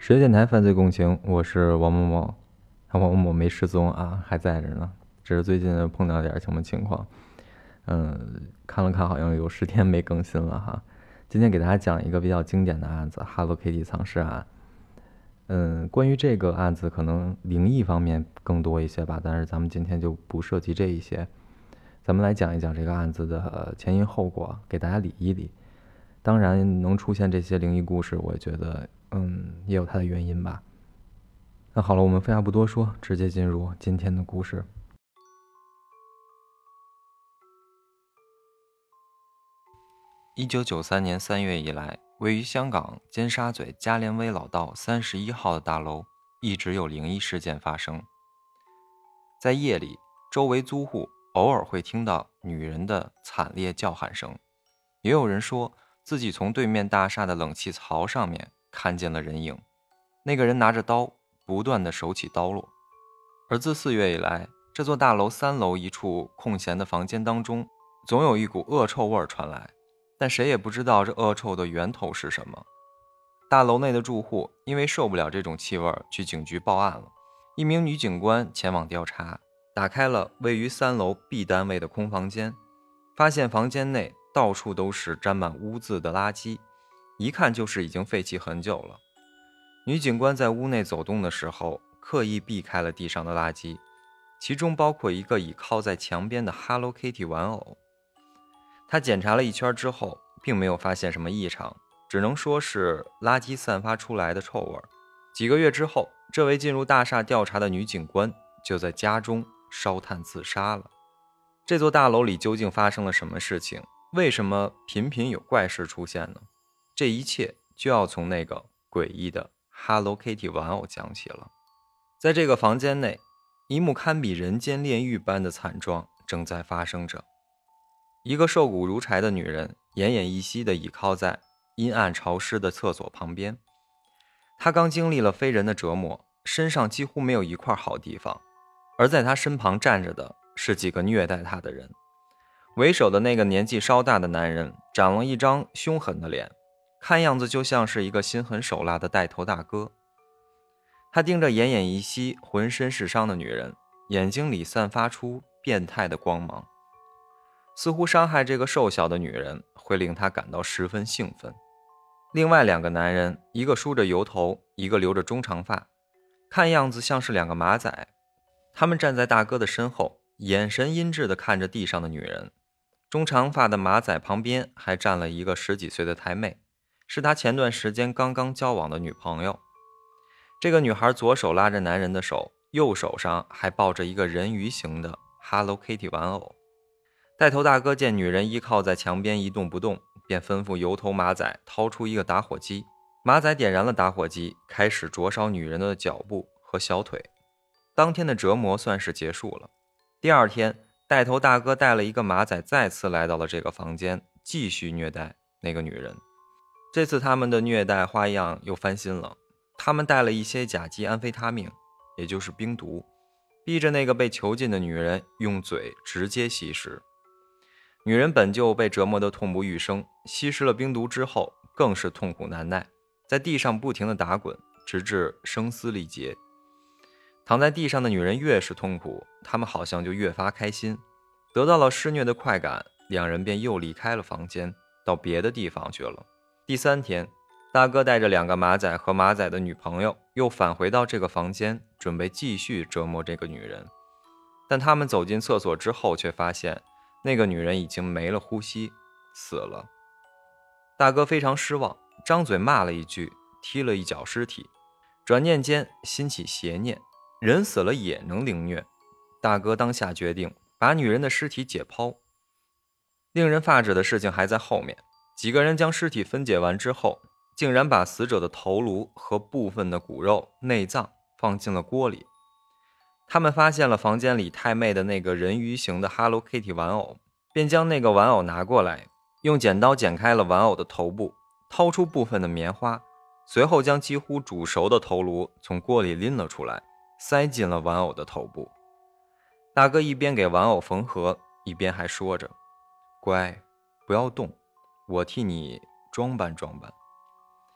职业电台犯罪共情，我是王某某。王某某没失踪啊，还在这呢，只是最近碰到点什么情况。看了看，好像有10天没更新了哈。今天给大家讲一个比较经典的案子 ，Hello Kitty 藏尸案。关于这个案子，可能灵异方面更多一些吧，但是咱们今天就不涉及这一些。咱们来讲一讲这个案子的前因后果，给大家理一理。当然，能出现这些灵异故事，我觉得也有它的原因吧。那好了，我们废话不多说，直接进入今天的故事。1993年3月以来，位于香港尖沙咀加连威老道31号的大楼一直有灵异事件发生。在夜里，周围租户偶尔会听到女人的惨烈叫喊声，也有人说自己从对面大厦的冷气槽上面看见了人影，那个人拿着刀，不断地手起刀落。而自4月以来，这座大楼3楼一处空闲的房间当中，总有一股恶臭味传来，但谁也不知道这恶臭的源头是什么。大楼内的住户因为受不了这种气味，去警局报案了。一名女警官前往调查，打开了位于3楼 B 单位的空房间，发现房间内到处都是沾满污渍的垃圾，一看就是已经废弃很久了。女警官在屋内走动的时候，刻意避开了地上的垃圾，其中包括一个倚靠在墙边的 Hello Kitty 玩偶。她检查了一圈之后，并没有发现什么异常，只能说是垃圾散发出来的臭味。几个月之后，这位进入大厦调查的女警官就在家中烧炭自杀了。这座大楼里究竟发生了什么事情？为什么频频有怪事出现呢？这一切就要从那个诡异的 Hello Kitty 玩偶讲起了。在这个房间内，一幕堪比人间炼狱般的惨状正在发生着。一个瘦骨如柴的女人奄奄一息地倚靠在阴暗潮湿的厕所旁边，她刚经历了非人的折磨，身上几乎没有一块好地方，而在她身旁站着的是几个虐待她的人。为首的那个年纪稍大的男人长了一张凶狠的脸，看样子就像是一个心狠手辣的带头大哥。他盯着奄奄一息、浑身是伤的女人，眼睛里散发出变态的光芒，似乎伤害这个瘦小的女人会令他感到十分兴奋。另外2个男人，一个梳着油头，一个留着中长发，看样子像是2个马仔。他们站在大哥的身后，眼神阴鸷地看着地上的女人。中长发的马仔旁边还站了一个10几岁的台妹，是他前段时间刚刚交往的女朋友。这个女孩左手拉着男人的手，右手上还抱着一个人鱼形的 Hello Kitty 玩偶。带头大哥见女人依靠在墙边一动不动，便吩咐油头马仔掏出一个打火机。马仔点燃了打火机，开始灼烧女人的脚部和小腿。当天的折磨算是结束了。第2天，带头大哥带了一个马仔再次来到了这个房间，继续虐待那个女人。这次他们的虐待花样又翻新了，他们带了一些甲基安非他命，也就是冰毒，逼着那个被囚禁的女人用嘴直接吸食。女人本就被折磨得痛不欲生，吸食了冰毒之后更是痛苦难耐，在地上不停地打滚，直至声嘶力竭。躺在地上的女人越是痛苦，他们好像就越发开心，得到了施虐的快感，2人便又离开了房间，到别的地方去了。第3天，大哥带着2个马仔和马仔的女朋友又返回到这个房间，准备继续折磨这个女人。但他们走进厕所之后，却发现那个女人已经没了呼吸，死了。大哥非常失望，张嘴骂了一句，踢了一脚尸体。转念间心起邪念，人死了也能凌虐。大哥当下决定把女人的尸体解剖。令人发指的事情还在后面，几个人将尸体分解完之后，竟然把死者的头颅和部分的骨肉、内脏放进了锅里。他们发现了房间里太妹的那个人鱼形的 Hello Kitty 玩偶，便将那个玩偶拿过来，用剪刀剪开了玩偶的头部，掏出部分的棉花，随后将几乎煮熟的头颅从锅里拎了出来，塞进了玩偶的头部。大哥一边给玩偶缝合，一边还说着：“乖，不要动，我替你装扮装扮。”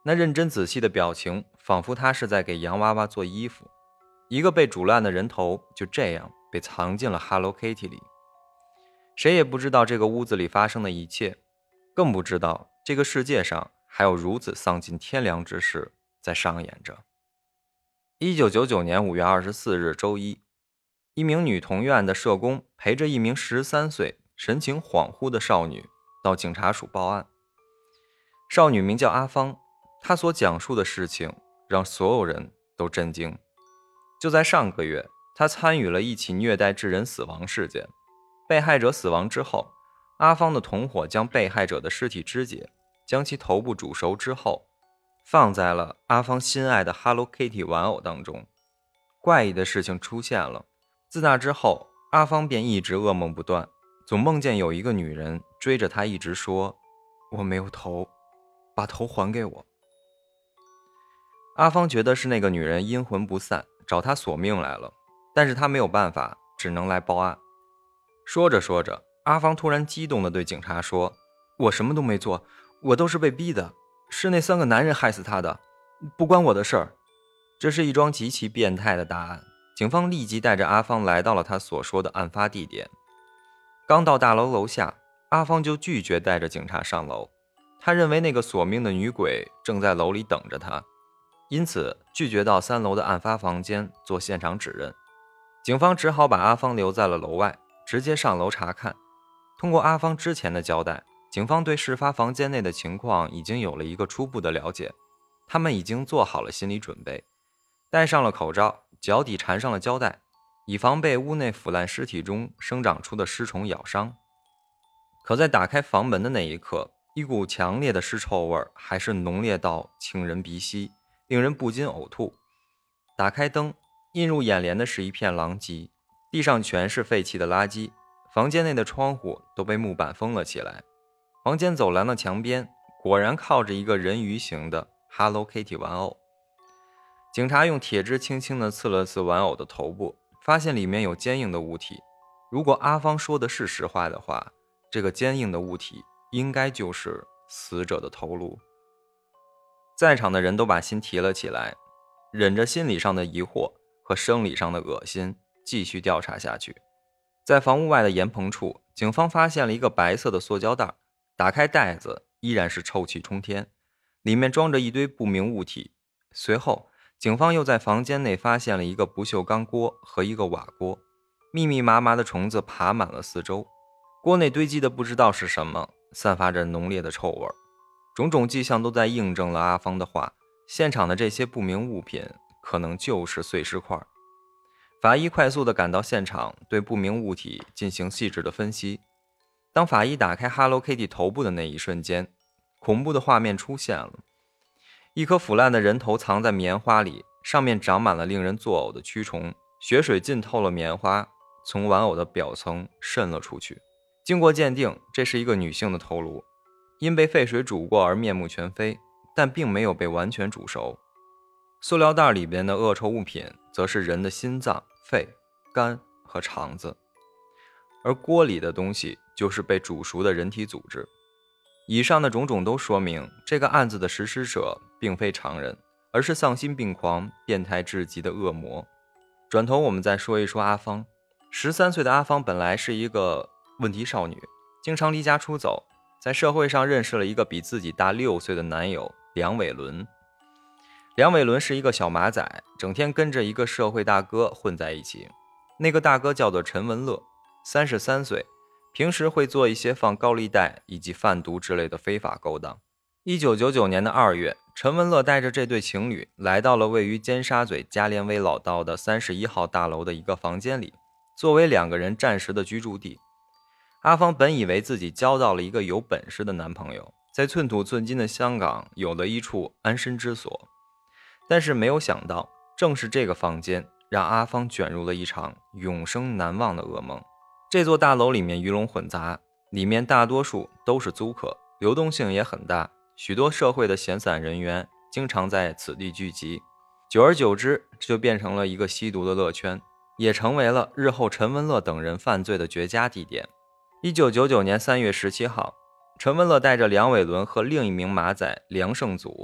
那认真仔细的表情，仿佛他是在给洋娃娃做衣服。一个被煮烂的人头就这样被藏进了 Hello Kitty 里。谁也不知道这个屋子里发生的一切，更不知道这个世界上还有如此丧尽天良之事在上演着。1999年5月24日周一，一名女童院的社工陪着一名13岁神情恍惚的少女到警察署报案。少女名叫阿芳，她所讲述的事情让所有人都震惊。就在上个月，她参与了一起虐待致人死亡事件。被害者死亡之后，阿芳的同伙将被害者的尸体肢解，将其头部煮熟之后，放在了阿芳心爱的 Hello Kitty 玩偶当中。怪异的事情出现了，自那之后，阿芳便一直噩梦不断，总梦见有一个女人追着她，一直说：“我没有头，把头还给我。”阿芳觉得是那个女人阴魂不散，找她索命来了，但是她没有办法，只能来报案。说着说着，阿芳突然激动地对警察说：“我什么都没做，我都是被逼的，是那3个男人害死他的，不关我的事儿。”这是一桩极其变态的大案。警方立即带着阿芳来到了他所说的案发地点。刚到大楼楼下，阿芳就拒绝带着警察上楼，他认为那个索命的女鬼正在楼里等着他，因此拒绝到3楼的案发房间做现场指认。警方只好把阿芳留在了楼外，直接上楼查看。通过阿芳之前的交代，警方对事发房间内的情况已经有了一个初步的了解，他们已经做好了心理准备，戴上了口罩，脚底缠上了胶带，以防被屋内腐烂尸体中生长出的尸虫咬伤。可在打开房门的那一刻，一股强烈的尸臭味还是浓烈到沁人鼻息，令人不禁呕吐。打开灯，映入眼帘的是一片狼藉，地上全是废弃的垃圾，房间内的窗户都被木板封了起来。房间走廊的墙边果然靠着一个人鱼形的 Hello Kitty 玩偶。警察用铁枝轻轻地刺了刺玩偶的头部，发现里面有坚硬的物体。如果阿芳说的是实话的话，这个坚硬的物体应该就是死者的头颅。在场的人都把心提了起来，忍着心理上的疑惑和生理上的恶心，继续调查下去。在房屋外的檐棚处，警方发现了一个白色的塑胶袋，打开袋子依然是臭气冲天，里面装着一堆不明物体。随后警方又在房间内发现了一个不锈钢锅和一个瓦锅，密密麻麻的虫子爬满了四周，锅内堆积的不知道是什么，散发着浓烈的臭味。种种迹象都在印证了阿芳的话，现场的这些不明物品可能就是碎尸块。法医快速地赶到现场，对不明物体进行细致的分析。当法医打开 Hello Kitty 头部的那一瞬间，恐怖的画面出现了。一颗腐烂的人头藏在棉花里，上面长满了令人作呕的蛆虫，血水浸透了棉花，从玩偶的表层渗了出去。经过鉴定，这是一个女性的头颅，因被沸水煮过而面目全非，但并没有被完全煮熟。塑料袋里边的恶臭物品则是人的心脏、肺、肝和肠子，而锅里的东西就是被煮熟的人体组织。以上的种种都说明，这个案子的实施者并非常人，而是丧心病狂、变态至极的恶魔。转头我们再说一说阿芳。13岁的阿芳本来是一个问题少女，经常离家出走，在社会上认识了一个比自己大6岁的男友梁伟伦。梁伟伦是一个小马仔，整天跟着一个社会大哥混在一起。那个大哥叫做陈文乐，33岁，平时会做一些放高利贷以及贩毒之类的非法勾当。1999年的2月，陈文乐带着这对情侣来到了位于尖沙咀加连威老道的31号大楼的一个房间里，作为2个人暂时的居住地。阿芳本以为自己交到了一个有本事的男朋友，在寸土寸金的香港有了一处安身之所，但是没有想到，正是这个房间让阿芳卷入了一场永生难忘的噩梦。这座大楼里面鱼龙混杂，里面大多数都是租客，流动性也很大，许多社会的闲散人员经常在此地聚集。久而久之，这就变成了一个吸毒的乐圈，也成为了日后陈文乐等人犯罪的绝佳地点。1999年3月17号，陈文乐带着梁伟伦和另一名马仔梁胜祖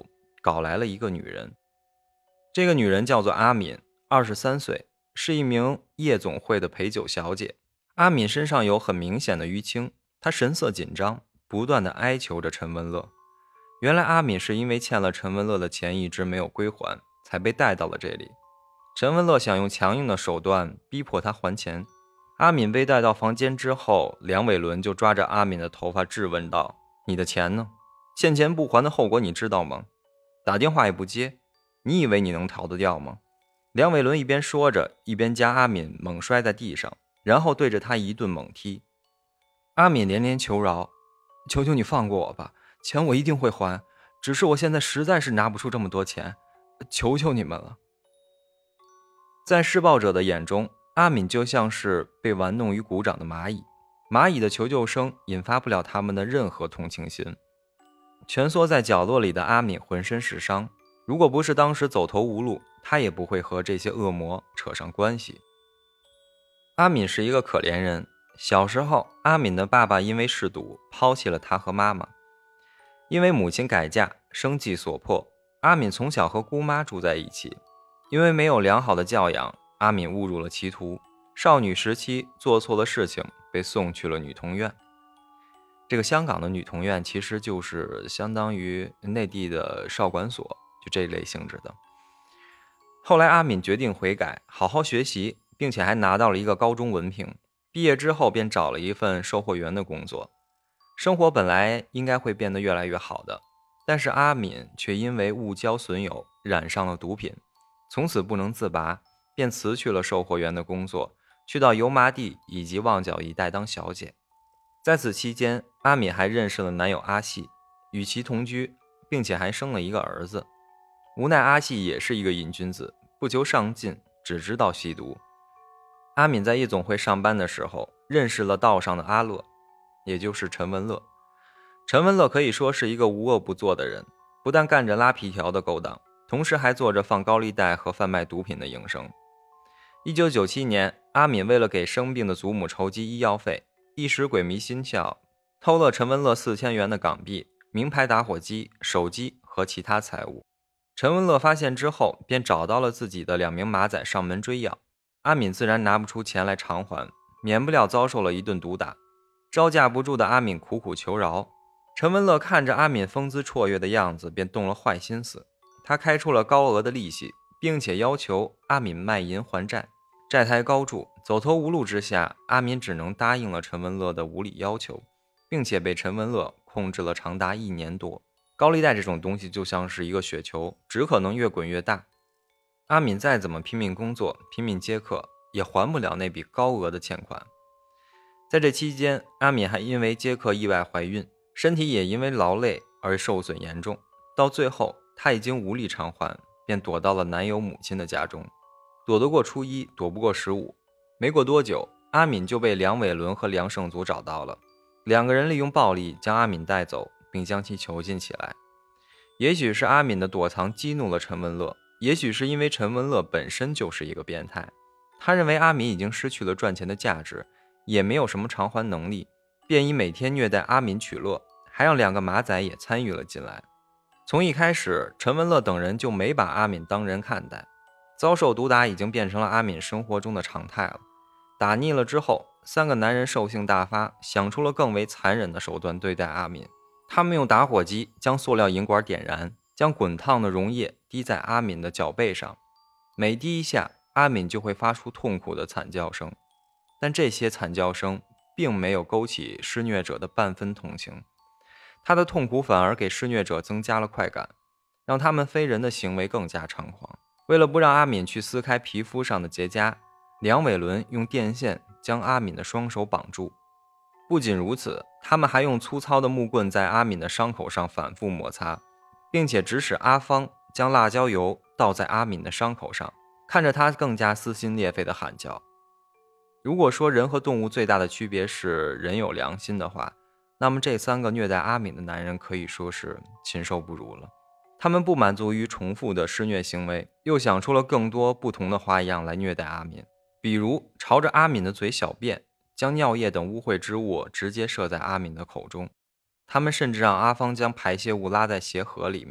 搞来了一个女人。这个女人叫做阿敏，23岁，是一名夜总会的陪酒小姐。阿敏身上有很明显的淤青，她神色紧张，不断地哀求着陈文乐。原来阿敏是因为欠了陈文乐的钱一直没有归还，才被带到了这里。陈文乐想用强硬的手段逼迫她还钱。阿敏被带到房间之后，梁伟伦就抓着阿敏的头发质问道：你的钱呢？欠钱不还的后果你知道吗？打电话也不接，你以为你能逃得掉吗？梁伟伦一边说着，一边将阿敏猛摔在地上，然后对着他一顿猛踢。阿敏连连求饶：求求你放过我吧，钱我一定会还，只是我现在实在是拿不出这么多钱，求求你们了。在施暴者的眼中，阿敏就像是被玩弄于股掌的蚂蚁，蚂蚁的求救声引发不了他们的任何同情心。蜷缩在角落里的阿敏浑身是伤，如果不是当时走投无路，他也不会和这些恶魔扯上关系。阿敏是一个可怜人，小时候阿敏的爸爸因为嗜赌抛弃了他和妈妈，因为母亲改嫁，生计所迫，阿敏从小和姑妈住在一起。因为没有良好的教养，阿敏误入了歧途，少女时期做错了事情，被送去了女童院。这个香港的女童院其实就是相当于内地的少管所，就这类性质的。后来阿敏决定悔改，好好学习，并且还拿到了一个高中文凭。毕业之后便找了一份售货员的工作，生活本来应该会变得越来越好的，但是阿敏却因为误交损友，染上了毒品，从此不能自拔，便辞去了售货员的工作，去到油麻地以及旺角一带当小姐。在此期间，阿敏还认识了男友阿细，与其同居，并且还生了一个儿子。无奈阿细也是一个瘾君子，不求上进，只知道吸毒。阿敏在夜总会上班的时候，认识了道上的阿乐，也就是陈文乐。陈文乐可以说是一个无恶不作的人，不但干着拉皮条的勾当，同时还做着放高利贷和贩卖毒品的营生。1997年，阿敏为了给生病的祖母筹集医药费，一时鬼迷心窍，偷了陈文乐4000元的港币、名牌打火机、手机和其他财物。陈文乐发现之后，便找到了自己的2名马仔上门追要，阿敏自然拿不出钱来偿还，免不了遭受了一顿毒打。招架不住的阿敏苦苦求饶，陈文乐看着阿敏风姿绰约的样子，便动了坏心思。他开出了高额的利息，并且要求阿敏卖淫还债。债台高筑，走投无路之下，阿敏只能答应了陈文乐的无理要求，并且被陈文乐控制了长达1年多。高利贷这种东西就像是一个雪球，只可能越滚越大。阿敏再怎么拼命工作，拼命接客，也还不了那笔高额的欠款。在这期间，阿敏还因为接客意外怀孕，身体也因为劳累而受损严重。到最后，她已经无力偿还，便躲到了男友母亲的家中。躲得过初一，躲不过15。没过多久，阿敏就被梁伟伦和梁胜祖找到了。2个人利用暴力将阿敏带走，并将其囚禁起来。也许是阿敏的躲藏激怒了陈文乐，也许是因为陈文乐本身就是一个变态，他认为阿敏已经失去了赚钱的价值，也没有什么偿还能力，便以每天虐待阿敏取乐，还让2个马仔也参与了进来。从一开始，陈文乐等人就没把阿敏当人看待，遭受毒打已经变成了阿敏生活中的常态了。打腻了之后，3个男人兽性大发，想出了更为残忍的手段对待阿敏。他们用打火机将塑料银管点燃，将滚烫的溶液滴在阿敏的脚背上，每滴一下，阿敏就会发出痛苦的惨叫声。但这些惨叫声并没有勾起施虐者的半分同情，他的痛苦反而给施虐者增加了快感，让他们非人的行为更加猖狂。为了不让阿敏去撕开皮肤上的结痂，梁伟伦用电线将阿敏的双手绑住。不仅如此，他们还用粗糙的木棍在阿敏的伤口上反复摩擦，并且指使阿芳将辣椒油倒在阿敏的伤口上，看着他更加撕心裂肺地喊叫。如果说人和动物最大的区别是人有良心的话，那么这3个虐待阿敏的男人可以说是禽兽不如了。他们不满足于重复的施虐行为，又想出了更多不同的花样来虐待阿敏，比如朝着阿敏的嘴小便，将尿液等污秽之物直接射在阿敏的口中。他们甚至让阿芳将排泄物拉在鞋盒里面，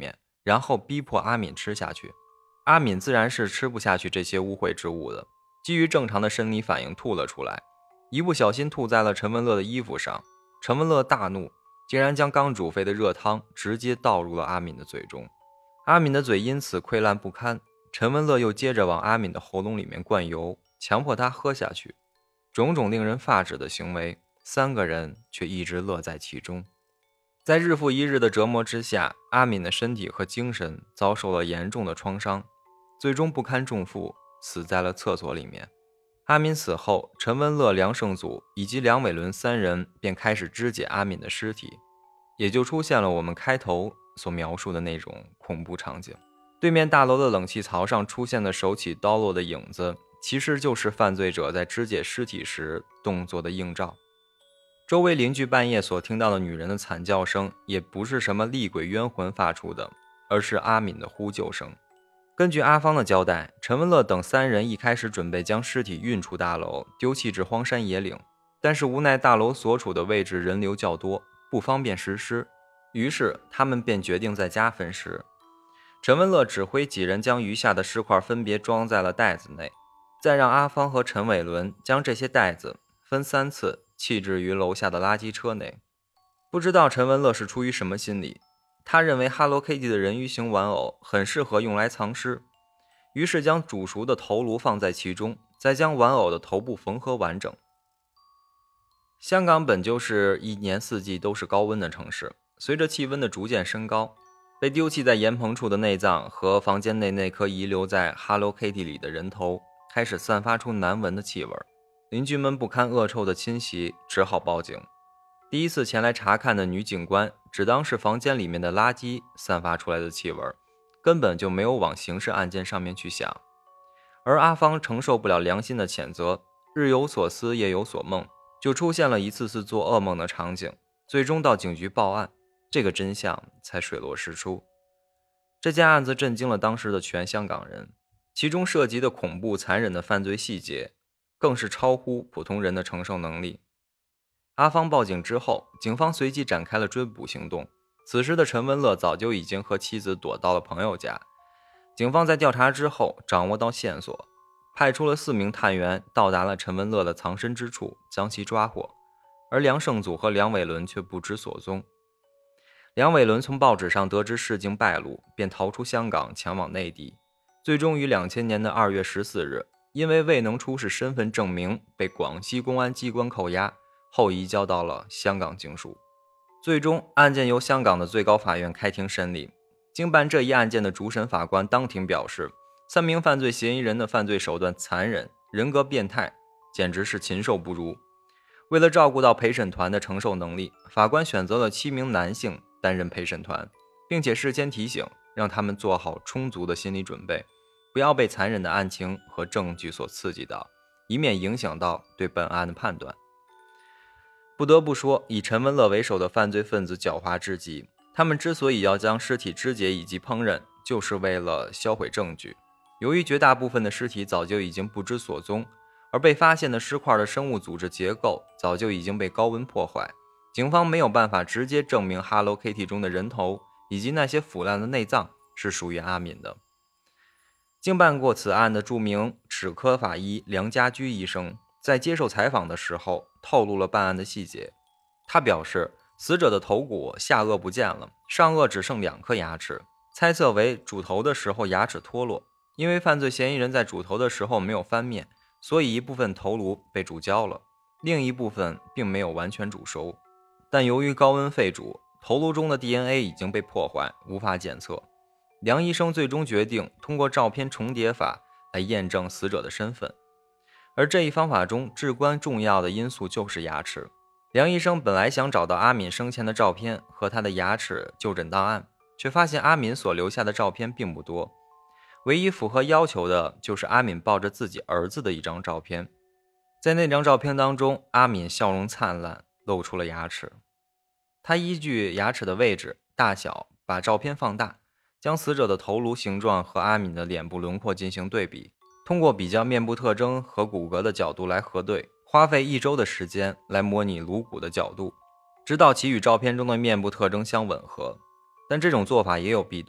然后逼迫阿敏吃下去。阿敏自然是吃不下去这些污秽之物的，基于正常的生理反应吐了出来，一不小心吐在了陈文乐的衣服上。陈文乐大怒，竟然将刚煮沸的热汤直接倒入了阿敏的嘴中。阿敏的嘴因此溃烂不堪，陈文乐又接着往阿敏的喉咙里面灌油，强迫她喝下去。种种令人发指的行为，三个人却一直乐在其中。在日复一日的折磨之下，阿敏的身体和精神遭受了严重的创伤，最终不堪重负，死在了厕所里面。阿敏死后，陈文乐、梁胜祖以及梁伟伦三人便开始肢解阿敏的尸体，也就出现了我们开头所描述的那种恐怖场景。对面大楼的冷气槽上出现的手起刀落的影子，其实就是犯罪者在肢解尸体时动作的映照。周围邻居半夜所听到的女人的惨叫声，也不是什么厉鬼冤魂发出的，而是阿敏的呼救声。根据阿芳的交代，陈文乐等三人一开始准备将尸体运出大楼，丢弃至荒山野岭，但是无奈大楼所处的位置人流较多，不方便实施，于是他们便决定在家分尸。陈文乐指挥几人将余下的尸块分别装在了袋子内，再让阿芳和陈伟伦将这些袋子分3次弃置于楼下的垃圾车内。不知道陈文乐是出于什么心理，他认为 Hello Kitty 的人鱼形玩偶很适合用来藏尸，于是将煮熟的头颅放在其中，再将玩偶的头部缝合完整。香港本就是一年四季都是高温的城市，随着气温的逐渐升高，被丢弃在盐棚处的内脏和房间内那颗遗留在 Hello Kitty 里的人头开始散发出难闻的气味，邻居们不堪恶臭的侵袭，只好报警。第一次前来查看的女警官只当是房间里面的垃圾散发出来的气味，根本就没有往刑事案件上面去想。而阿芳承受不了良心的谴责，日有所思夜有所梦，就出现了一次次做噩梦的场景，最终到警局报案，这个真相才水落石出。这件案子震惊了当时的全香港人，其中涉及的恐怖残忍的犯罪细节更是超乎普通人的承受能力。阿芳报警之后，警方随即展开了追捕行动。此时的陈文乐早就已经和妻子躲到了朋友家。警方在调查之后掌握到线索，派出了4名探员到达了陈文乐的藏身之处，将其抓获。而梁胜祖和梁伟伦却不知所踪。梁伟伦从报纸上得知事情败露，便逃出香港前往内地，最终于2000年的2月14日，因为未能出示身份证明，被广西公安机关扣押，后移交到了香港警署。最终案件由香港的最高法院开庭审理。经办这一案件的主审法官当庭表示，3名犯罪嫌疑人的犯罪手段残忍，人格变态，简直是禽兽不如。为了照顾到陪审团的承受能力，法官选择了7名男性担任陪审团，并且事先提醒，让他们做好充足的心理准备，不要被残忍的案情和证据所刺激到，以免影响到对本案的判断。不得不说，以陈文乐为首的犯罪分子狡猾至极，他们之所以要将尸体肢解以及烹饪，就是为了销毁证据。由于绝大部分的尸体早就已经不知所踪，而被发现的尸块的生物组织结构早就已经被高温破坏，警方没有办法直接证明 Hello Kitty 中的人头以及那些腐烂的内脏是属于阿敏的。经办过此案的著名齿科法医梁家驹医生在接受采访的时候透露了办案的细节。他表示，死者的头骨下颚不见了，上颚只剩2颗牙齿，猜测为煮头的时候牙齿脱落。因为犯罪嫌疑人在煮头的时候没有翻面，所以一部分头颅被煮焦了，另一部分并没有完全煮熟。但由于高温沸煮，头颅中的 DNA 已经被破坏，无法检测。梁医生最终决定通过照片重叠法来验证死者的身份，而这一方法中至关重要的因素就是牙齿。梁医生本来想找到阿敏生前的照片和她的牙齿就诊档案，却发现阿敏所留下的照片并不多，唯一符合要求的就是阿敏抱着自己儿子的一张照片。在那张照片当中，阿敏笑容灿烂，露出了牙齿。他依据牙齿的位置、大小，把照片放大，将死者的头颅形状和阿敏的脸部轮廓进行对比，通过比较面部特征和骨骼的角度来核对，花费1周的时间来模拟颅骨的角度，直到其与照片中的面部特征相吻合。但这种做法也有弊端，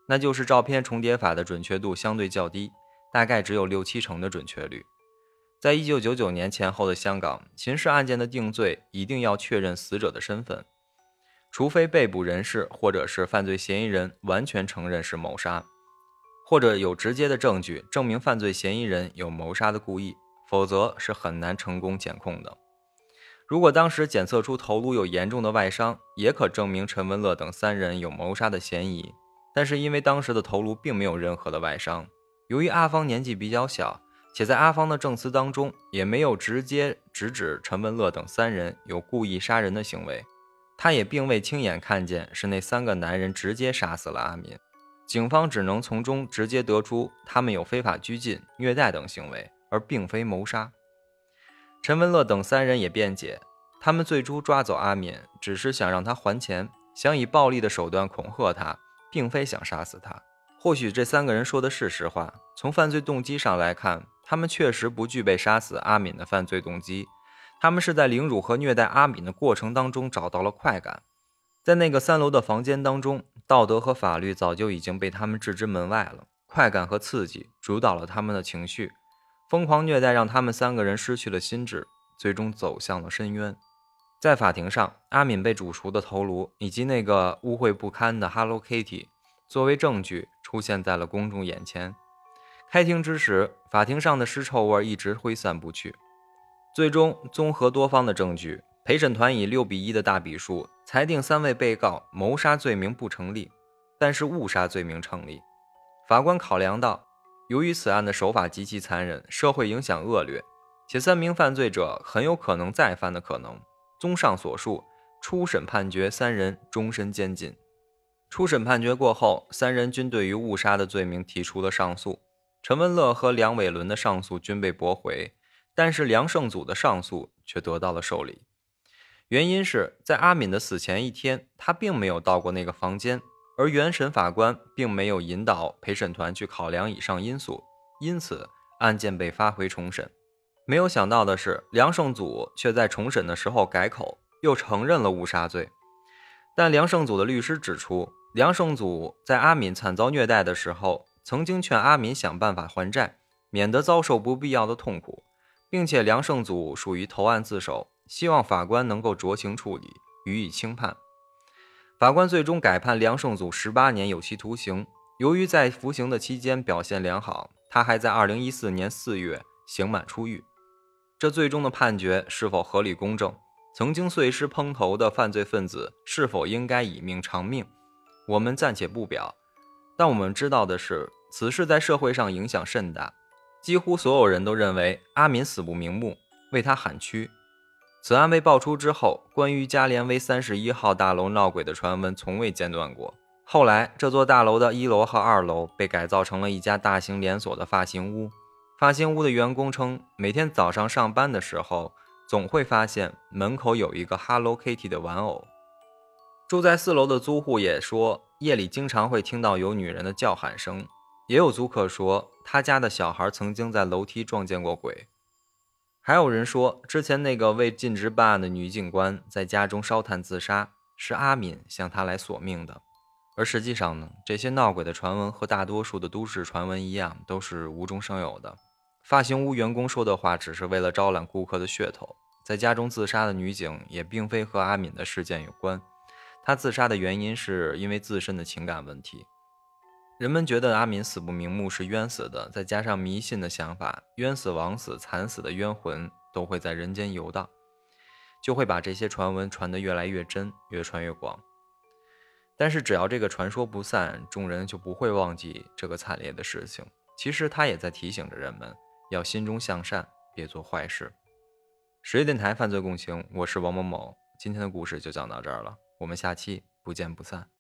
那就是照片重叠法的准确度相对较低，大概只有6-7成的准确率。在1999年前后的香港，刑事案件的定罪一定要确认死者的身份，除非被捕人士或者是犯罪嫌疑人完全承认是谋杀，或者有直接的证据证明犯罪嫌疑人有谋杀的故意，否则是很难成功检控的。如果当时检测出头颅有严重的外伤，也可证明陈文乐等3人有谋杀的嫌疑，但是因为当时的头颅并没有任何的外伤，由于阿芳年纪比较小，且在阿芳的证词当中也没有直接直指陈文乐等3人有故意杀人的行为，他也并未亲眼看见是那3个男人直接杀死了阿敏，警方只能从中直接得出他们有非法拘禁、虐待等行为，而并非谋杀。陈文乐等3人也辩解，他们最初抓走阿敏只是想让他还钱，想以暴力的手段恐吓他，并非想杀死他。或许这3个人说的是实话，从犯罪动机上来看，他们确实不具备杀死阿敏的犯罪动机，他们是在凌辱和虐待阿敏的过程当中找到了快感。在那个3楼的房间当中，道德和法律早就已经被他们置之门外了，快感和刺激主导了他们的情绪，疯狂虐待让他们3个人失去了心智，最终走向了深渊。在法庭上，阿敏被煮熟的头颅以及那个污秽不堪的 Hello Kitty 作为证据出现在了公众眼前。开庭之时，法庭上的尸臭味一直挥散不去。最终综合多方的证据，陪审团以6-1的大比数裁定3位被告谋杀罪名不成立，但是误杀罪名成立。法官考量到由于此案的手法极其残忍，社会影响恶劣，且3名犯罪者很有可能再犯的可能，综上所述，初审判决3人终身监禁。初审判决过后，3人均对于误杀的罪名提出了上诉，陈文乐和梁伟伦的上诉均被驳回，但是梁胜祖的上诉却得到了受理。原因是在阿敏的死前1天，他并没有到过那个房间，而原审法官并没有引导陪审团去考量以上因素，因此案件被发回重审。没有想到的是，梁胜祖却在重审的时候改口，又承认了误杀罪。但梁胜祖的律师指出，梁胜祖在阿敏惨遭虐待的时候，曾经劝阿敏想办法还债，免得遭受不必要的痛苦，并且梁胜祖属于投案自首，希望法官能够酌情处理，予以轻判。法官最终改判梁胜祖18年有期徒刑，由于在服刑的期间表现良好，他还在2014年4月刑满出狱。这最终的判决是否合理公正？曾经碎尸烹头的犯罪分子是否应该以命偿命？我们暂且不表，但我们知道的是，此事在社会上影响甚大，几乎所有人都认为阿敏死不瞑目，为他喊屈。此案被爆出之后，关于嘉联威31号大楼闹鬼的传闻从未间断过。后来，这座大楼的1楼和2楼被改造成了一家大型连锁的发型屋。发型屋的员工称，每天早上上班的时候，总会发现门口有一个 Hello Kitty 的玩偶。住在4楼的租户也说，夜里经常会听到有女人的叫喊声，也有租客说，他家的小孩曾经在楼梯撞见过鬼。还有人说，之前那个为尽职办案的女警官在家中烧炭自杀，是阿敏向她来索命的。而实际上呢，这些闹鬼的传闻和大多数的都市传闻一样，都是无中生有的。发型屋员工说的话只是为了招揽顾客的噱头，在家中自杀的女警也并非和阿敏的事件有关，她自杀的原因是因为自身的情感问题。人们觉得阿敏死不瞑目是冤死的，再加上迷信的想法，冤死枉死惨死的冤魂都会在人间游荡，就会把这些传闻传得越来越真，越传越广。但是只要这个传说不散，众人就不会忘记这个惨烈的事情。其实他也在提醒着人们要心中向善，别做坏事。实业电台犯罪共情，我是王某某，今天的故事就讲到这儿了，我们下期不见不散。